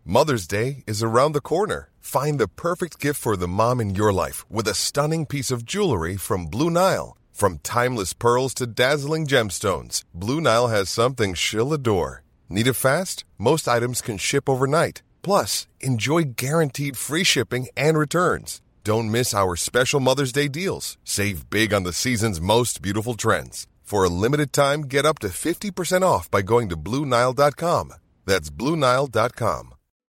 Mother's Day is around the corner. Find the perfect gift for the mom in your life with a stunning piece of jewelry from Blue Nile. From timeless pearls to dazzling gemstones, Blue Nile has something she'll adore. Need it fast? Most items can ship overnight. Plus, enjoy guaranteed free shipping and returns. Don't miss our special Mother's Day deals. Save big on the season's most beautiful trends. For a limited time, get up to 50% off by going to BlueNile.com. That's BlueNile.com.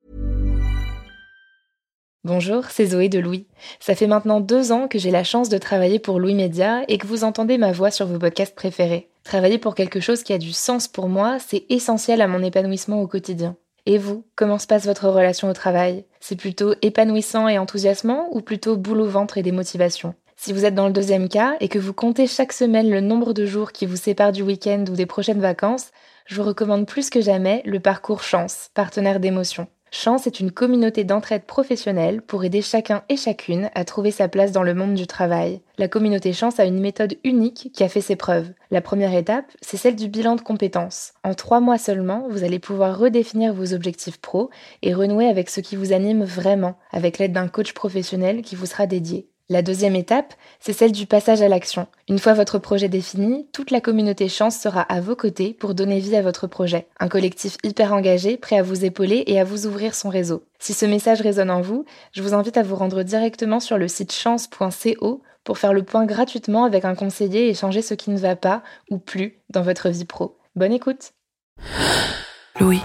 Bonjour, c'est Zoé de Louis. Ça fait maintenant 2 ans que j'ai la chance de travailler pour Louis Média et que vous entendez ma voix sur vos podcasts préférés. Travailler pour quelque chose qui a du sens pour moi, c'est essentiel à mon épanouissement au quotidien. Et vous, comment se passe votre relation au travail ? C'est plutôt épanouissant et enthousiasmant ou plutôt boule au ventre et démotivation ? Si vous êtes dans le deuxième cas et que vous comptez chaque semaine le nombre de jours qui vous séparent du week-end ou des prochaines vacances, je vous recommande plus que jamais le parcours Chance, partenaire d'émotion. Chance est une communauté d'entraide professionnelle pour aider chacun et chacune à trouver sa place dans le monde du travail. La communauté Chance a une méthode unique qui a fait ses preuves. La première étape, c'est celle du bilan de compétences. En 3 mois seulement, vous allez pouvoir redéfinir vos objectifs pro et renouer avec ce qui vous anime vraiment, avec l'aide d'un coach professionnel qui vous sera dédié. La deuxième étape, c'est celle du passage à l'action. Une fois votre projet défini, toute la communauté Chance sera à vos côtés pour donner vie à votre projet. Un collectif hyper engagé, prêt à vous épauler et à vous ouvrir son réseau. Si ce message résonne en vous, je vous invite à vous rendre directement sur le site chance.co pour faire le point gratuitement avec un conseiller et changer ce qui ne va pas ou plus dans votre vie pro. Bonne écoute. Louis.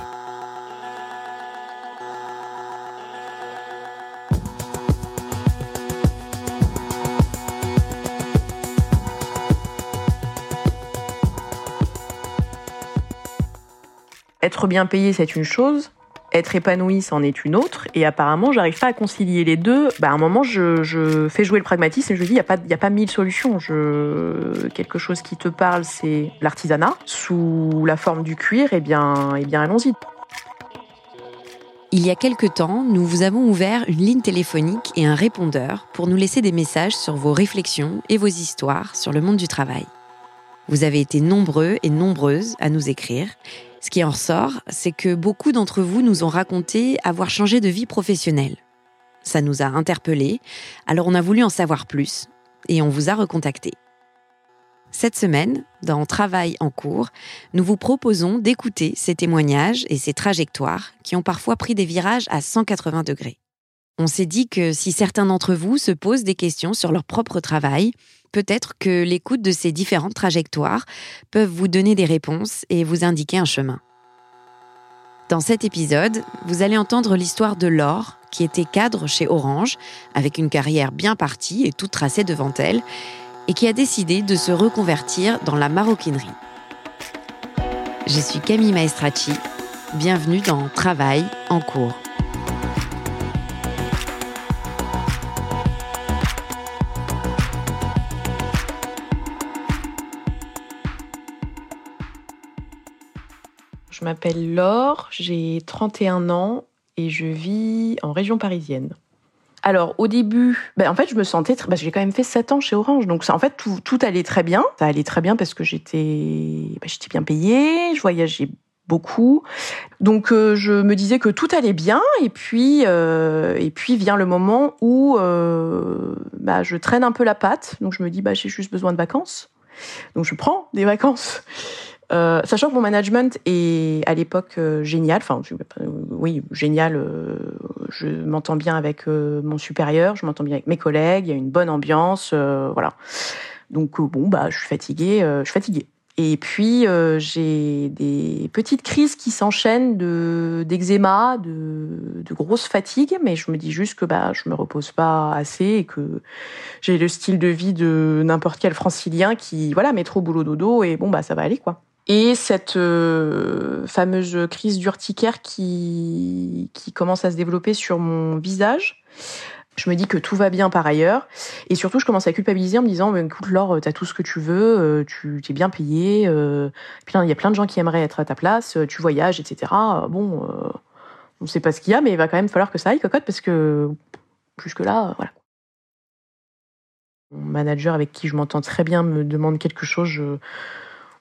Être bien payé, c'est une chose. Être épanoui, c'en est une autre. Et apparemment, j'arrive pas à concilier les deux. À un moment, je fais jouer le pragmatisme et je dis, il y a pas 1000 solutions. Quelque chose qui te parle, c'est l'artisanat. Sous la forme du cuir, eh bien, allons-y. Il y a quelque temps, nous vous avons ouvert une ligne téléphonique et un répondeur pour nous laisser des messages sur vos réflexions et vos histoires sur le monde du travail. Vous avez été nombreux et nombreuses à nous écrire. Ce qui en ressort, c'est que beaucoup d'entre vous nous ont raconté avoir changé de vie professionnelle. Ça nous a interpellés, alors on a voulu en savoir plus et on vous a recontacté. Cette semaine, dans Travail en cours, nous vous proposons d'écouter ces témoignages et ces trajectoires qui ont parfois pris des virages à 180 degrés. On s'est dit que si certains d'entre vous se posent des questions sur leur propre travail, peut-être que l'écoute de ces différentes trajectoires peuvent vous donner des réponses et vous indiquer un chemin. Dans cet épisode, vous allez entendre l'histoire de Laure, qui était cadre chez Orange, avec une carrière bien partie et toute tracée devant elle, et qui a décidé de se reconvertir dans la maroquinerie. Je suis Camille Maestracci, bienvenue dans Travail en cours. Je m'appelle Laure, j'ai 31 ans et je vis en région parisienne. Alors, au début, en fait, je me sentais... j'ai quand même fait 7 ans chez Orange, donc ça, en fait, tout allait très bien. Ça allait très bien parce que j'étais bien payée, je voyageais beaucoup. Donc, je me disais que tout allait bien, et puis vient le moment où je traîne un peu la patte. Donc, je me dis, j'ai juste besoin de vacances. Donc, je prends des vacances. Sachant que mon management est à l'époque génial, génial, je m'entends bien avec mon supérieur, je m'entends bien avec mes collègues, il y a une bonne ambiance, voilà. Donc je suis fatiguée. Et puis j'ai des petites crises qui s'enchaînent d'eczéma, de grosses fatigues, mais je me dis juste que je me repose pas assez et que j'ai le style de vie de n'importe quel francilien qui métro boulot dodo et ça va aller quoi. Et cette fameuse crise d'urticaire qui commence à se développer sur mon visage, je me dis que tout va bien par ailleurs. Et surtout, je commence à culpabiliser en me disant, écoute Laure, t'as tout ce que tu veux, tu t'es bien payée, puis il y a plein de gens qui aimeraient être à ta place, tu voyages, etc. On sait pas ce qu'il y a, mais il va quand même falloir que ça aille, cocotte, parce que jusque-là, voilà. Mon manager avec qui je m'entends très bien me demande quelque chose,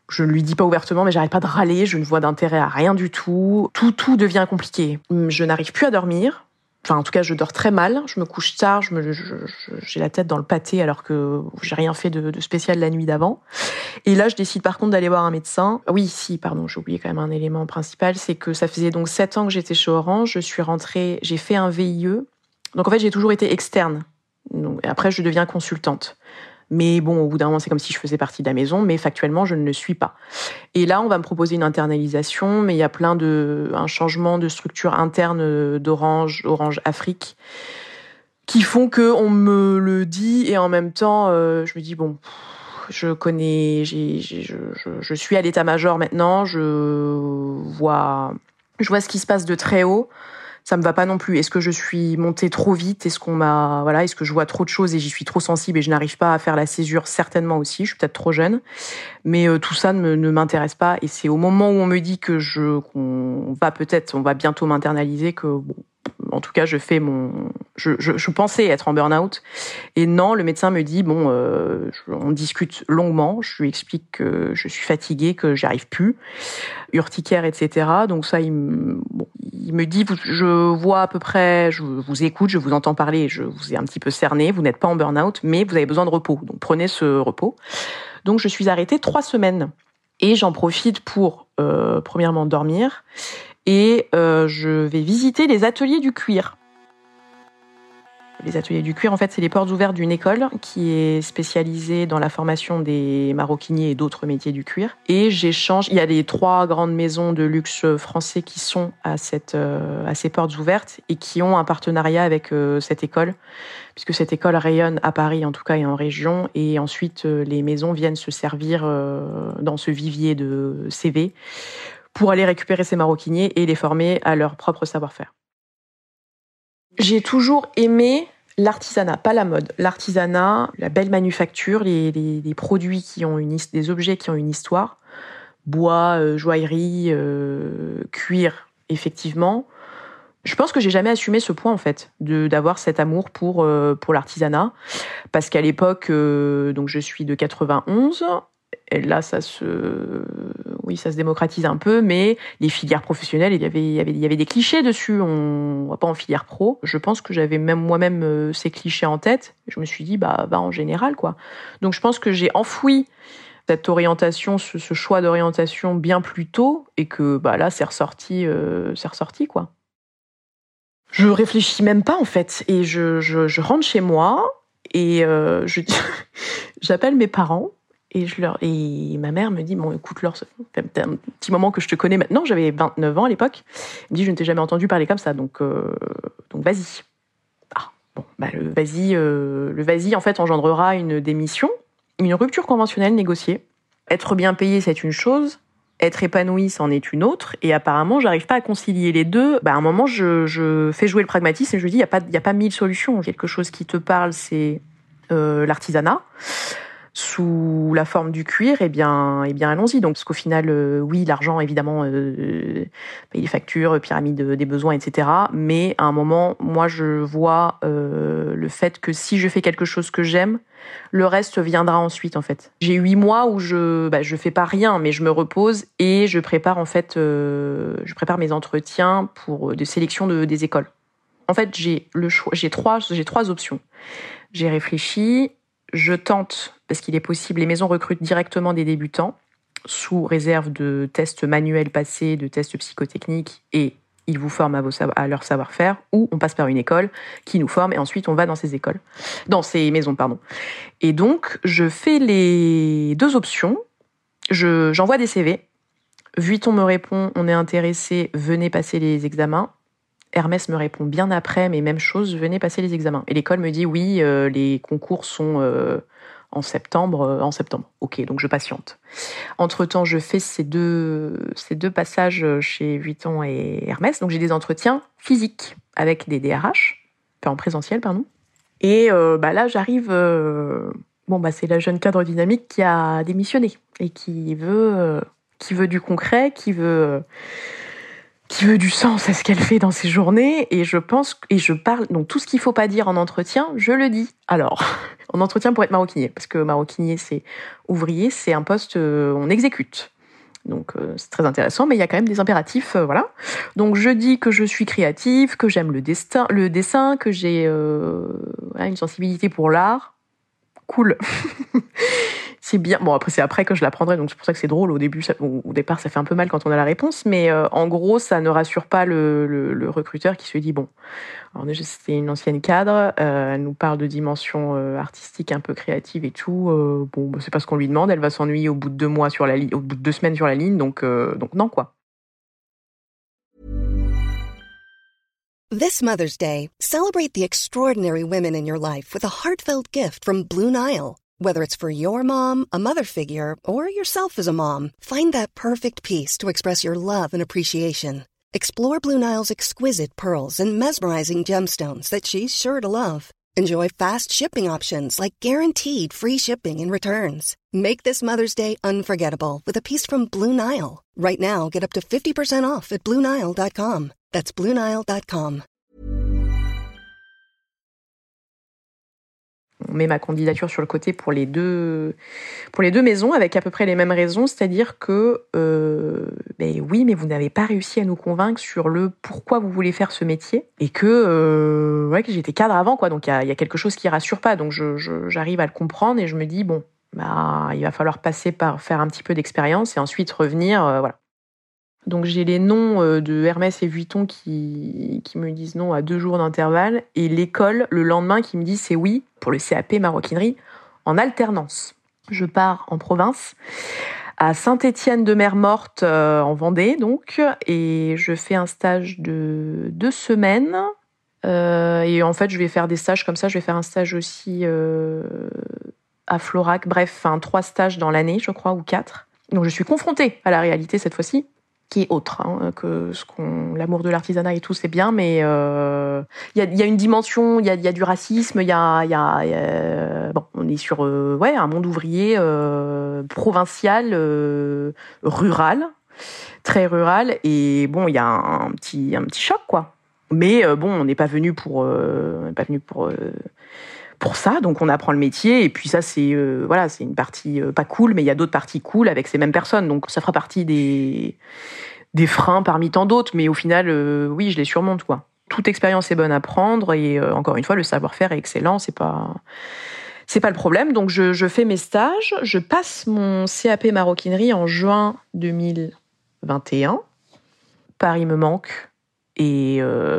Je ne lui dis pas ouvertement, mais j'arrête pas de râler, je ne vois d'intérêt à rien du tout. Tout devient compliqué. Je n'arrive plus à dormir. Enfin, en tout cas, je dors très mal. Je me couche tard, j'ai la tête dans le pâté alors que j'ai rien fait de spécial la nuit d'avant. Et là, je décide par contre d'aller voir un médecin. Oui, j'ai oublié quand même un élément principal, c'est que ça faisait donc 7 ans que j'étais chez Orange. Je suis rentrée, j'ai fait un VIE. Donc en fait, j'ai toujours été externe. Donc, après, je deviens consultante. Mais bon, au bout d'un moment, c'est comme si je faisais partie de la maison, mais factuellement, je ne le suis pas. Et là, on va me proposer une internalisation, mais il y a un changement de structure interne d'Orange, Orange Afrique, qui font que on me le dit, et en même temps, je me dis, bon, je suis à l'état-major maintenant, je vois ce qui se passe de très haut. Ça me va pas non plus. Est-ce que je suis montée trop vite? Est-ce que je vois trop de choses et j'y suis trop sensible et je n'arrive pas à faire la césure? Certainement aussi. Je suis peut-être trop jeune. Mais tout ça ne m'intéresse pas. Et c'est au moment où on me dit que on va bientôt m'internaliser que, bon, en tout cas, je pensais être en burn-out. Et non, le médecin me dit, bon, on discute longuement. Je lui explique que je suis fatiguée, que j'y arrive plus. Urticaire, etc. Donc ça, il me dit, je vois à peu près, je vous écoute, je vous entends parler, je vous ai un petit peu cerné, vous n'êtes pas en burn-out, mais vous avez besoin de repos. Donc prenez ce repos. Donc je suis arrêtée 3 semaines. Et j'en profite pour, premièrement, dormir. Et je vais visiter les ateliers du cuir. Les ateliers du cuir, en fait, c'est les portes ouvertes d'une école qui est spécialisée dans la formation des maroquiniers et d'autres métiers du cuir. Et il y a les 3 grandes maisons de luxe français qui sont à ces portes ouvertes et qui ont un partenariat avec cette école, puisque cette école rayonne à Paris, en tout cas, et en région. Et ensuite, les maisons viennent se servir dans ce vivier de CV pour aller récupérer ces maroquiniers et les former à leur propre savoir-faire. J'ai toujours aimé l'artisanat, pas la mode. L'artisanat, la belle manufacture, les produits des objets qui ont une histoire. Bois, joaillerie, cuir, effectivement. Je pense que j'ai jamais assumé ce point, en fait, d'avoir cet amour pour l'artisanat. Parce qu'à l'époque, donc je suis de 91. Et là, ça se démocratise un peu, mais les filières professionnelles, il y avait des clichés dessus. On va pas en filière pro. Je pense que j'avais même moi-même ces clichés en tête. Je me suis dit, bah en général, quoi. Donc je pense que j'ai enfoui cette orientation, ce choix d'orientation bien plus tôt, et que là, c'est ressorti, quoi. Je réfléchis même pas, en fait, et je rentre chez moi et j'appelle mes parents. Et ma mère me dit, bon, écoute, Laure, ça fait un petit moment que je te connais maintenant, j'avais 29 ans à l'époque. Elle me dit, je ne t'ai jamais entendu parler comme ça, donc vas-y. Le vas-y, en fait, engendrera une démission, une rupture conventionnelle négociée. Être bien payé, c'est une chose. Être épanoui, c'en est une autre. Et apparemment, j'arrive pas à concilier les deux. À un moment, je fais jouer le pragmatisme et je lui dis, il y a pas 1000 solutions. Quelque chose qui te parle, c'est l'artisanat. Sous la forme du cuir, eh bien, allons-y. Donc, parce qu'au final, oui, l'argent, évidemment, paye les factures, pyramide des besoins, etc. Mais à un moment, moi, je vois le fait que si je fais quelque chose que j'aime, le reste viendra ensuite, en fait. J'ai 8 mois où je fais pas rien, mais je me repose et je prépare, en fait, mes entretiens de sélection des écoles. En fait, j'ai le choix, j'ai trois options. J'ai réfléchi. Je tente, parce qu'il est possible, les maisons recrutent directement des débutants, sous réserve de tests manuels passés, de tests psychotechniques, et ils vous forment à leur savoir-faire, ou on passe par une école qui nous forme, et ensuite on va dans ces maisons. Et donc, je fais les 2 options. J'envoie des CV. Vuitton me répond, on est intéressé, venez passer les examens. Hermès me répond bien après, mais même chose, venez passer les examens. Et l'école me dit, oui, les concours sont en septembre. Ok, donc je patiente. Entre-temps, je fais ces deux passages chez Vuitton et Hermès. Donc j'ai des entretiens physiques avec des DRH, en présentiel, pardon. Et là, j'arrive... c'est la jeune cadre dynamique qui a démissionné et qui veut du concret, qui veut qui veut du sens à ce qu'elle fait dans ses journées, et je parle, donc tout ce qu'il faut pas dire en entretien, je le dis. Alors, en entretien pour être maroquinier, parce que maroquinier, c'est ouvrier, c'est un poste, on exécute. Donc c'est très intéressant, mais il y a quand même des impératifs, voilà. Donc je dis que je suis créative, que j'aime le dessin, que j'ai une sensibilité pour l'art. Cool. C'est bien. Bon, après, c'est après que je l'apprendrai, donc c'est pour ça que c'est drôle. Au départ, ça fait un peu mal quand on a la réponse, mais en gros, ça ne rassure pas le recruteur qui se dit, bon, alors déjà, c'était une ancienne cadre, elle nous parle de dimension artistique un peu créative et tout. Bon, c'est pas ce qu'on lui demande, elle va s'ennuyer au bout de 2 mois sur la ligne, au bout de 2 semaines sur la ligne, donc non, quoi. This Mother's Day, celebrate the extraordinary women in your life with a heartfelt gift from Blue Nile. Whether it's for your mom, a mother figure, or yourself as a mom, find that perfect piece to express your love and appreciation. Explore Blue Nile's exquisite pearls and mesmerizing gemstones that she's sure to love. Enjoy fast shipping options like guaranteed free shipping and returns. Make this Mother's Day unforgettable with a piece from Blue Nile. Right now, get up to 50% off at BlueNile.com. That's BlueNile.com. On met ma candidature sur le côté pour les deux maisons avec à peu près les mêmes raisons, c'est-à-dire que oui, mais vous n'avez pas réussi à nous convaincre sur le pourquoi vous voulez faire ce métier, et que j'étais cadre avant, quoi. Donc il y a quelque chose qui rassure pas. Donc j'arrive à le comprendre et je me dis bon, il va falloir passer par faire un petit peu d'expérience et ensuite revenir, voilà. Donc j'ai les noms de Hermès et Vuitton qui me disent non à 2 jours d'intervalle, et l'école le lendemain qui me dit c'est oui pour le CAP maroquinerie en alternance. Je pars en province, à Saint-Étienne-de-Mer-Morte en Vendée donc, et je fais un stage de 2 semaines. Et en fait je vais faire des stages comme ça, je vais faire un stage aussi à Florac, bref, 3 stages dans l'année je crois, ou 4. Donc je suis confrontée à la réalité cette fois-ci, qui est autre, que l'amour de l'artisanat et tout, c'est bien, mais il y a une dimension, il y a du racisme, on est sur un monde ouvrier provincial, rural, très rural, et bon, il y a un petit choc, quoi. Mais on n'est pas venu pour ça, donc on apprend le métier, et puis ça c'est une partie pas cool, mais il y a d'autres parties cool avec ces mêmes personnes, donc ça fera partie des freins parmi tant d'autres, mais au final oui, je les surmonte, quoi. Toute expérience est bonne à prendre, et encore une fois le savoir-faire est excellent, c'est pas le problème. Donc je fais mes stages, je passe mon CAP maroquinerie en juin 2021. Paris me manque, et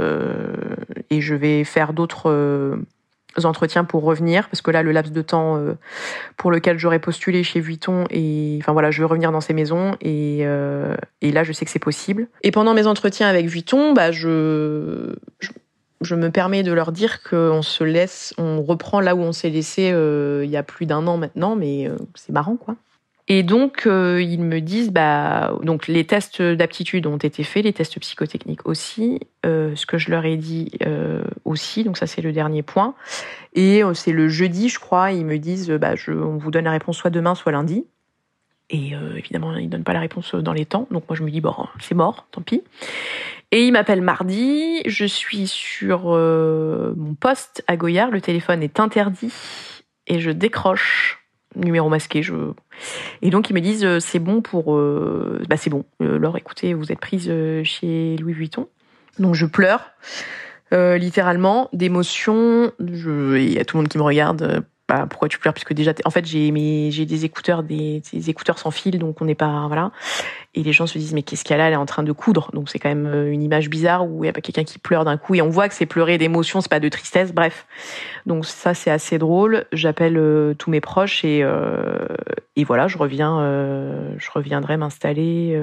je vais faire d'autres entretiens pour revenir, parce que là le laps de temps pour lequel j'aurais postulé chez Vuitton, et je vais revenir dans ces maisons, et là je sais que c'est possible. Et pendant mes entretiens avec Vuitton, je me permets de leur dire qu'on reprend là où on s'est laissé il y a plus d'1 an maintenant, mais c'est marrant, quoi. Et donc, ils me disent, donc les tests d'aptitude ont été faits, les tests psychotechniques aussi, ce que je leur ai dit aussi, donc ça c'est le dernier point. Et c'est le jeudi, je crois, ils me disent, on vous donne la réponse soit demain, soit lundi. Et évidemment, ils donnent pas la réponse dans les temps, donc moi je me dis, bon, c'est mort, tant pis. Et ils m'appellent mardi, je suis sur mon poste à Goyard, le téléphone est interdit, et je décroche. Numéro masqué, et donc ils me disent c'est bon pour c'est bon, Laure, écoutez, vous êtes prise chez Louis Vuitton. Donc je pleure littéralement d'émotion, il y a tout le monde qui me regarde, pourquoi tu pleures, puisque déjà en fait j'ai des écouteurs sans fil, donc on n'est pas, voilà, et les gens se disent mais qu'est-ce qu'elle a, elle est en train de coudre, donc c'est quand même une image bizarre où il y a pas quelqu'un qui pleure d'un coup, et on voit que c'est pleurer d'émotion, c'est pas de tristesse, bref. Donc ça c'est assez drôle. J'appelle tous mes proches, et voilà, je reviendrai m'installer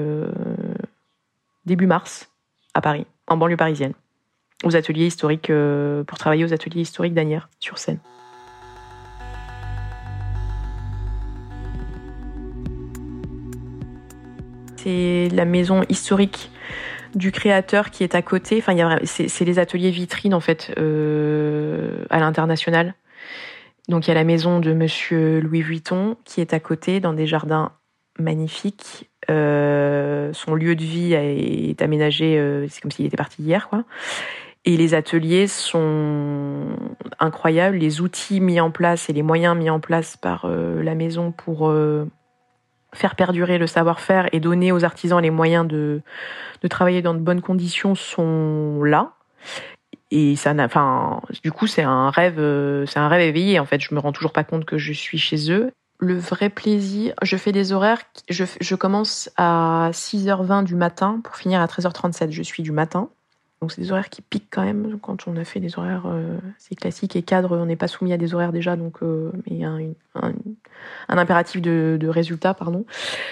début mars à Paris, en banlieue parisienne, aux ateliers historiques, pour travailler aux ateliers historiques d'Asnières sur Seine. C'est la maison historique du créateur qui est à côté. C'est les ateliers vitrines, en fait, à l'international. Donc, il y a la maison de Monsieur Louis Vuitton qui est à côté, dans des jardins magnifiques. Son lieu de vie est aménagé, c'est comme s'il était parti hier, quoi. Et les ateliers sont incroyables. Les outils mis en place et les moyens mis en place par la maison pour faire perdurer le savoir-faire et donner aux artisans les moyens de travailler dans de bonnes conditions sont là. Et du coup, c'est un rêve éveillé. En fait, je me rends toujours pas compte que je suis chez eux. Le vrai plaisir, je fais des horaires. Je commence à 6h20 du matin pour finir à 13h37. Je suis du matin. Donc, c'est des horaires qui piquent quand même. Quand on a fait des horaires c'est classique et cadre, on n'est pas soumis à des horaires déjà. Donc, il y a un impératif de résultat, pardon.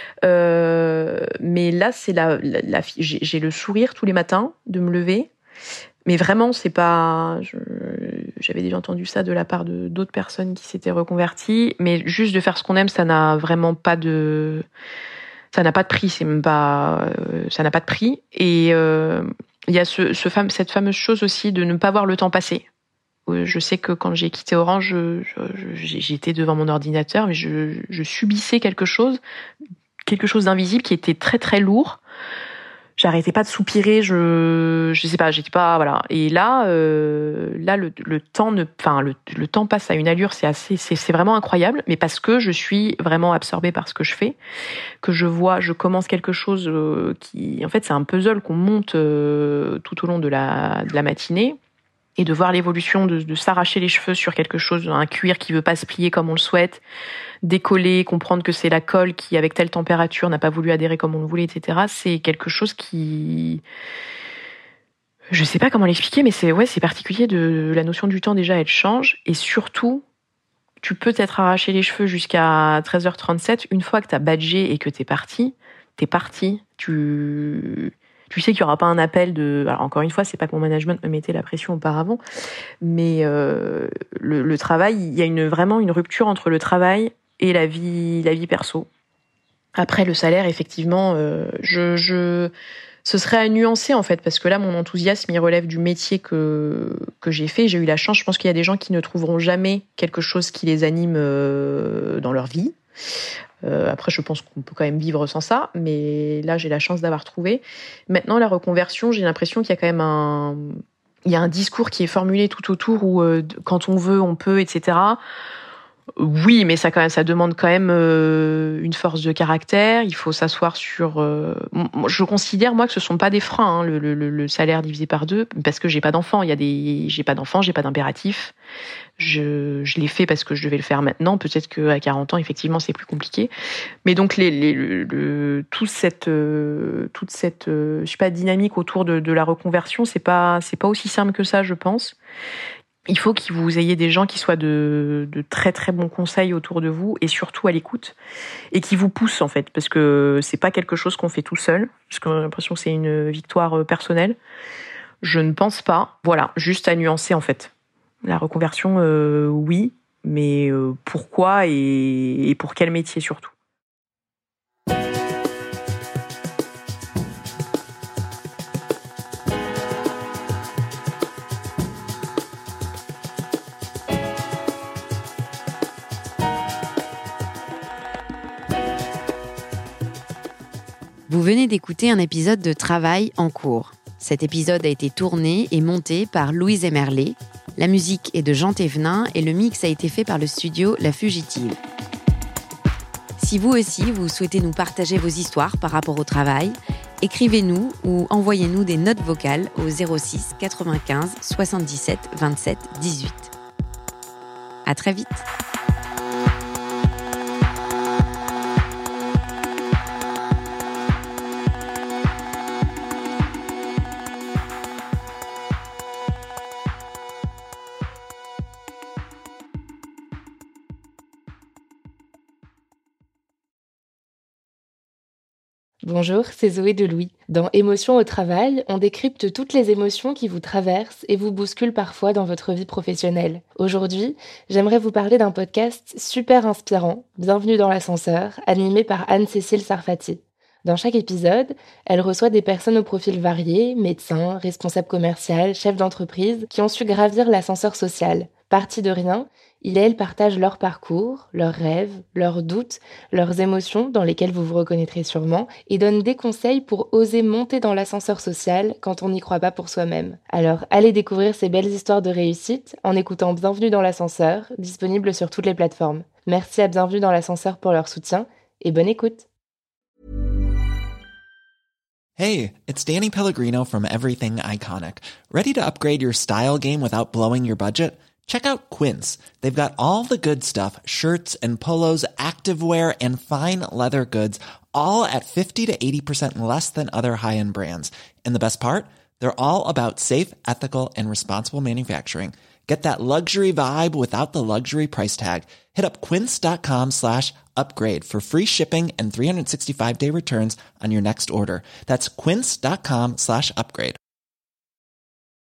Mais là, c'est j'ai le sourire tous les matins de me lever. Mais vraiment, c'est pas. J'avais déjà entendu ça de la part de d'autres personnes qui s'étaient reconverties. Mais juste de faire ce qu'on aime, ça n'a vraiment pas de. Ça n'a pas de prix. C'est même pas. Ça n'a pas de prix. Et il y a cette fameuse chose aussi de ne pas voir le temps passer. Je sais que quand j'ai quitté Orange, j'étais devant mon ordinateur, mais je subissais quelque chose d'invisible qui était très très lourd. J'arrêtais pas de soupirer, je sais pas, j'étais pas, voilà. Et là, le temps passe à une allure, c'est vraiment incroyable, mais parce que je suis vraiment absorbée par ce que je fais, que je commence quelque chose qui, en fait, c'est un puzzle qu'on monte tout au long de la matinée. Et de voir l'évolution de s'arracher les cheveux sur quelque chose, un cuir qui veut pas se plier comme on le souhaite, décoller, comprendre que c'est la colle qui, avec telle température, n'a pas voulu adhérer comme on le voulait, etc. C'est quelque chose qui... Je sais pas comment l'expliquer, mais c'est particulier. La notion du temps, déjà, elle change. Et surtout, tu peux t'être arraché les cheveux jusqu'à 13h37. Une fois que t'as badgé et que t'es parti. Tu sais qu'il n'y aura pas un appel de... Alors encore une fois, c'est pas que mon management me mettait la pression auparavant, mais le travail, il y a vraiment une rupture entre le travail et la vie perso. Après, le salaire, effectivement, ce serait à nuancer, en fait, parce que là, mon enthousiasme, il relève du métier que j'ai fait. J'ai eu la chance, je pense qu'il y a des gens qui ne trouveront jamais quelque chose qui les anime dans leur vie. Après, je pense qu'on peut quand même vivre sans ça, mais là, j'ai la chance d'avoir trouvé. Maintenant, la reconversion, j'ai l'impression qu'il y a quand même un discours qui est formulé tout autour où quand on veut, on peut, etc. Oui, mais ça demande quand même une force de caractère. Il faut s'asseoir sur. Je considère moi que ce sont pas des freins, hein, le salaire divisé par 2, parce que j'ai pas d'enfants. J'ai pas d'enfants, j'ai pas d'impératif. Je l'ai fait parce que je devais le faire maintenant. Peut-être qu'à 40 ans, effectivement, c'est plus compliqué. Mais donc toute cette je sais pas, dynamique autour de la reconversion, c'est pas aussi simple que ça, je pense. Il faut que vous ayez des gens qui soient de très très bons conseils autour de vous et surtout à l'écoute et qui vous poussent, en fait, parce que c'est pas quelque chose qu'on fait tout seul, parce que j'ai l'impression que c'est une victoire personnelle. Je ne pense pas. Voilà, juste à nuancer, en fait. La reconversion, oui, mais pourquoi et pour quel métier surtout? Vous venez d'écouter un épisode de Travail en cours. Cet épisode a été tourné et monté par Louise Emerlé. La musique est de Jean Thévenin et le mix a été fait par le studio La Fugitive. Si vous aussi, vous souhaitez nous partager vos histoires par rapport au travail, écrivez-nous ou envoyez-nous des notes vocales au 06 95 77 27 18. À très vite. Bonjour, c'est Zoé de Louis. Dans Émotions au travail, on décrypte toutes les émotions qui vous traversent et vous bousculent parfois dans votre vie professionnelle. Aujourd'hui, j'aimerais vous parler d'un podcast super inspirant, Bienvenue dans l'ascenseur, animé par Anne-Cécile Sarfati. Dans chaque épisode, elle reçoit des personnes au profil varié, médecins, responsables commerciaux, chefs d'entreprise, qui ont su gravir l'ascenseur social. Partis de rien, Ils et elles partagent leur parcours, leurs rêves, leurs doutes, leurs émotions dans lesquelles vous vous reconnaîtrez sûrement et donnent des conseils pour oser monter dans l'ascenseur social quand on n'y croit pas pour soi-même. Alors allez découvrir ces belles histoires de réussite en écoutant Bienvenue dans l'ascenseur, disponible sur toutes les plateformes. Merci à Bienvenue dans l'ascenseur pour leur soutien et bonne écoute. Hey, it's Danny Pellegrino from Everything Iconic. Ready to upgrade your style game without blowing your budget? Check out Quince. They've got all the good stuff, shirts and polos, activewear, and fine leather goods, all at 50 to 80% less than other high-end brands. And the best part? They're all about safe, ethical, and responsible manufacturing. Get that luxury vibe without the luxury price tag. Hit up quince.com/upgrade for free shipping and 365-day returns on your next order. That's quince.com/upgrade.